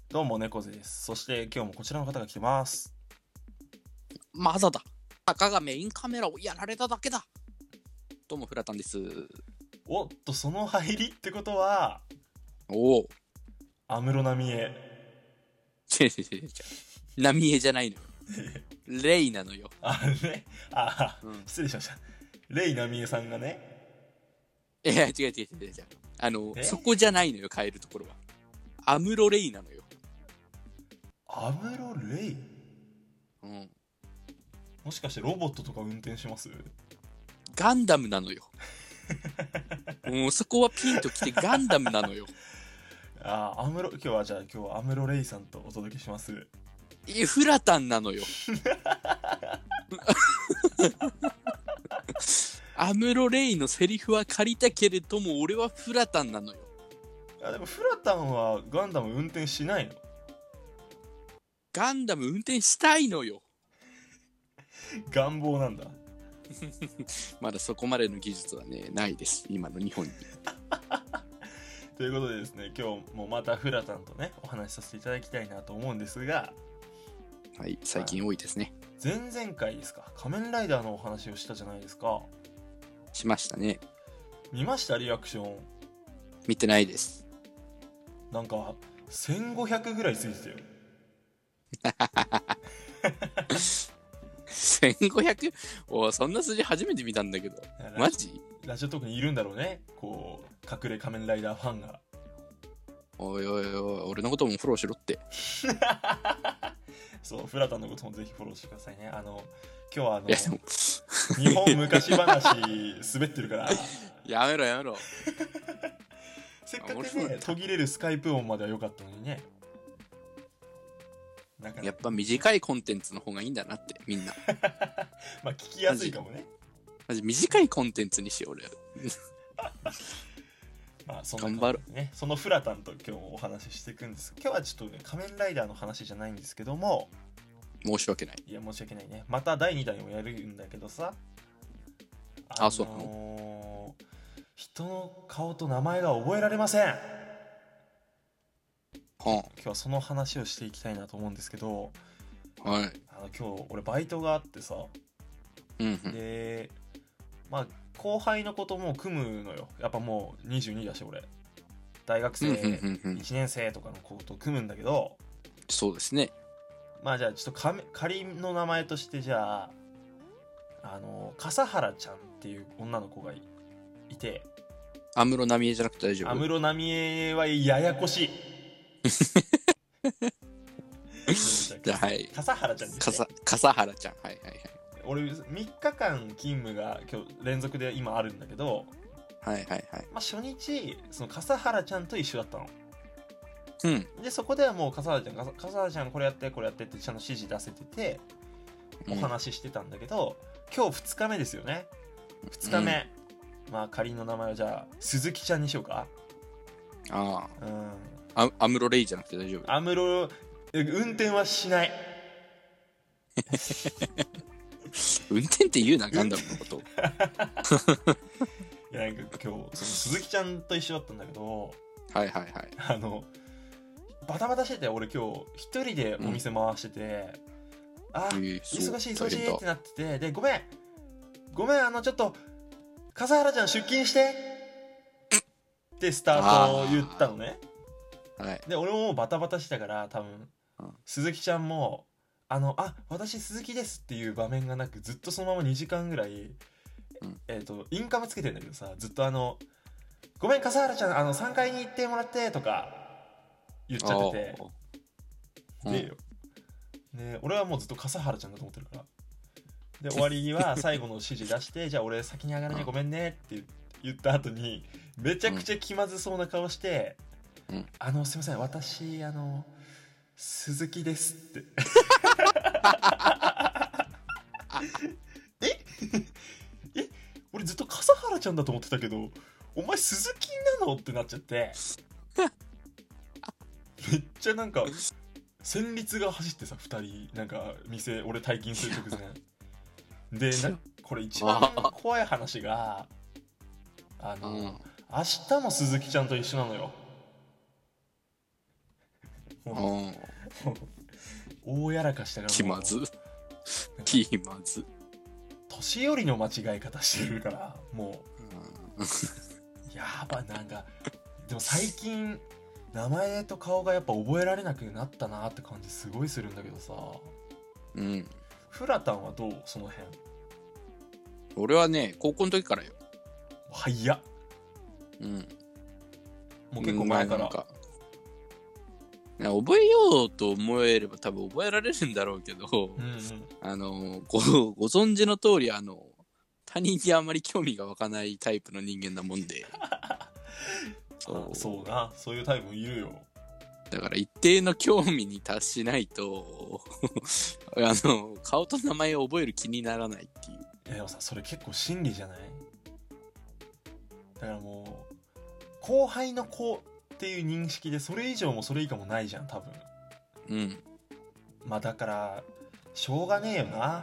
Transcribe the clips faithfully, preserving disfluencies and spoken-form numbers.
どうも猫背です。そして今日もこちらの方が来てます。 まだだ。たかがメインカメラをやられただけだ。どうもフラタンです。 おっと、その入りってことはおお。 安室奈美恵。 違う違う違う違う。ナミエじゃないのよ。レイなのよ。 あれあ、 うん、 失礼しました。レイ奈美恵さんがね。 いや違う違う違う違う。あのそこじゃないのよ。変えるところは。安室レイなのよ。 安室レイ。 うん。 もしかしてロボットとか運転します？ ガンダムなのよ。もうそこはピンときてガンダムなのよ。 ああ、安室、今日はじゃあ今日は安室レイさんとお届けします。 いや、フラタンなのよ。安室レイのセリフは借りたけれども俺はフラタンなのよ。 いやでもフラタンはガンダム運転しないの？ ガンダム運転したいのよ。 願望なんだ。 まだそこまでの技術はねないです今の日本に。 ということでですね、今日もまたフラタンとねお話しさせていただきたいなと思うんですが、 はい、最近多いですね。 前々回ですか、仮面ライダーのお話をしたじゃないですか。 しましたね。 見ました？リアクション。 見てないです。 なんかせんごひゃくぐらいついてたよ。 せんごひゃく？ おそんな数字初めて見たんだけど。マジ？ ラジオトークにいるんだろうね、こう隠れ仮面ライダーファンが。 おいおいおい、俺のこともフォローしろって。 そう、フラタンのこともぜひフォローしてくださいね。あの今日はあのいやでも日本昔話滑ってるから。 やめろやめろ。 せっかくね途切れるスカイプ音までは良かったのにね。 なかなかやっぱ短いコンテンツの方がいいんだなってみんな。 まあ聞きやすいかもね。 マジ短いコンテンツにしよう俺。 まあそんな感じでね、そのフラタンと今日お話ししていくんですが、今日はちょっとね仮面ライダーの話じゃないんですけども。 申し訳ない。 いや申し訳ないね。まただいにだんをやるんだけどさ、 あのー、あそうなの？ 人の顔と名前が覚えられません。はあ、 今日はその話をしていきたいなと思うんですけど、 はい、 あの今日俺バイトがあってさ、 うんうん、 でまあ後輩のことも組むのよ。やっぱもうにじゅうにだし俺大学生いちねん生とかの子と組むんだけど、 そうですね。 まあじゃあちょっと仮の名前としてじゃああの笠原ちゃんっていう女の子が い, いて。 安室奈美恵じゃなくて大丈夫？ 安室奈美恵はややこしい。 じゃあはい笠原ちゃんですね。 笠原ちゃん、はいはいはい。 俺みっかかん勤務が今日連続で今あるんだけど、 はいはいはい。 まあ、初日その笠原ちゃんと一緒だったの。 うん。 でそこではもう笠原ちゃん笠原ちゃんこれやってこれやってってちゃんと指示出せててお話ししてたんだけど、うん、今日ふつかめですよね。ふつかめ、うん、まあ仮の名前はじゃあ鈴木ちゃんにしようか。 ああ、 うん。安室レイじゃなくて大丈夫？ 安室運転はしない。 運転って言うなガンダムのこと。 いやなんか今日その鈴木ちゃんと一緒だったんだけど、 はいはいはい。 あのバタバタしてて俺今日一人でお店回してて、うん、あ、えー、忙しい忙しいってなってて、でごめんごめんあのちょっと笠原ちゃん出勤してってスタートを言ったのね。 はい。 で俺もバタバタしてたから多分、うん、鈴木ちゃんもあのあ私鈴木ですっていう場面がなくずっとそのままにじかんぐらい、うん、えっとインカムつけてんだけどさ、ずっとあのごめん笠原ちゃんあのさんがいに行ってもらってとか言っちゃってて、うん、でよ、ね、俺はもうずっと笠原ちゃんだと思ってるから。で終わりには最後の指示出してじゃあ俺先に上がらねごめんねって言った後にめちゃくちゃ気まずそうな顔して、うん、あのすいません私あの鈴木ですってええ俺ずっと笠原ちゃんだと思ってたけどお前鈴木なのってなっちゃってめっちゃなんか戦慄が走ってさふたりなんか店俺退勤する直前でなこれ一番怖い話があの、うん、明日も鈴木ちゃんと一緒なのよ。 あ大やらかしたから気まず気まず年寄りの間違い方してるからもうやばなんかでも最近名前と顔がやっぱ覚えられなくなったなって感じすごいするんだけどさ。 うん。 フラタンはどうその辺。 俺はね高校の時からよ。 早っ。 うん。 もう結構前から。 なんか覚えようと思えれば多分覚えられるんだろうけど、うんうん、あの ご, ご存知の通りあの他人にあんまり興味が湧かないタイプの人間なもんでそうそうなそういうタイプもいるよ。 だから一定の興味に達しないとあの顔と名前を覚える気にならないっていう。いやでもさそれ結構真理じゃない。だからもう後輩の子っていう認識でそれ以上もそれ以下もないじゃん多分。 うん。 まあだからしょうがねえよな。ま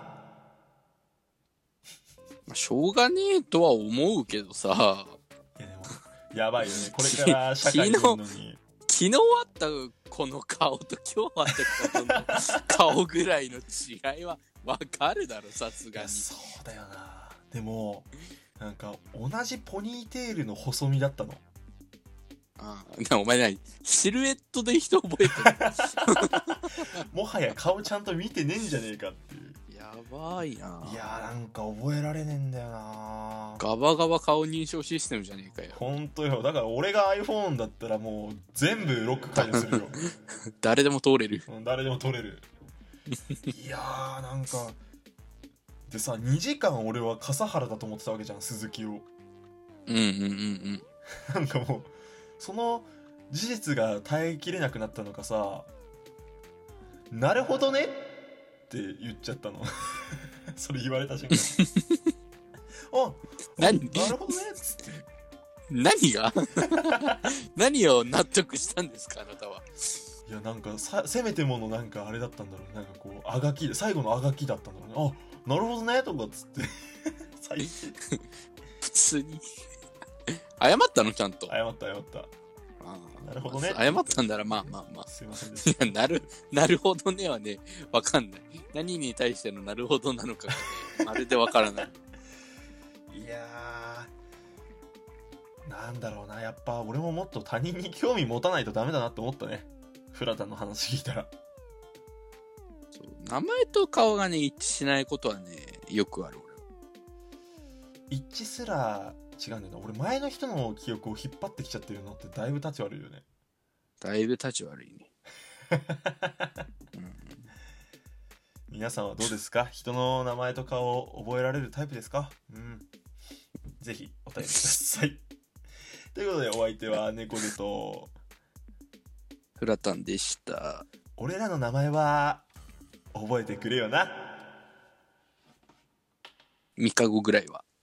あ、しょうがねえとは思うけどさ。 いやでもやばいよねこれから社会にいるのに。 昨日あったこの顔と今日あったこの顔ぐらいの違いはわかるだろさすがに。 そうだよな。でもなんか同じポニーテールの細身だったの。 ああお前何シルエットで人覚えてるもはや顔ちゃんと見てねえんじゃねえかっていう。 やばいな。 いやなんか覚えられねえんだよな。 ガバガバ顔認証システムじゃねえかよ。 ほんとよ。だから俺が iPhone だったらもう全部ロック解除するよ誰でも通れる、 うん、誰でも通れるいやーなんかでさにじかん俺は笠原だと思ってたわけじゃん鈴木を。 うんうんうんうんなんかもうその事実が耐えきれなくなったのかさなるほどねって言っちゃったのそれ言われた瞬間あ何なるほどねっつって何が何を納得したんですかあなたは。 いやなんかさせめてものなんかあれだったんだろう。なんかこうあがき最後のあがきだったんだろうね。あなるほどねとかっつって最近普通に謝ったのちゃんと。 謝った謝った。あなるほどね。 謝ったんだらまあまあまあ。 すいませんでした。 いやなるなるほどねはねわかんない。何に対してのなるほどなのかがねまるでわからない。 いやーなんだろうなやっぱ俺ももっと他人に興味持たないとダメだなって思ったね。フラタンの話聞いたら。 そう名前と顔がね一致しないことはねよくある。俺一致すら違うんだよな。俺前の人の記憶を引っ張ってきちゃってるのってだいぶ立ち悪いよね。 だいぶ立ち悪いね、うん、 皆さんはどうですか。人の名前と顔を覚えられるタイプですか。うんぜひお便りくださいということでお相手は猫背とフラタンでした。 俺らの名前は覚えてくれよな。 みっかごぐらいは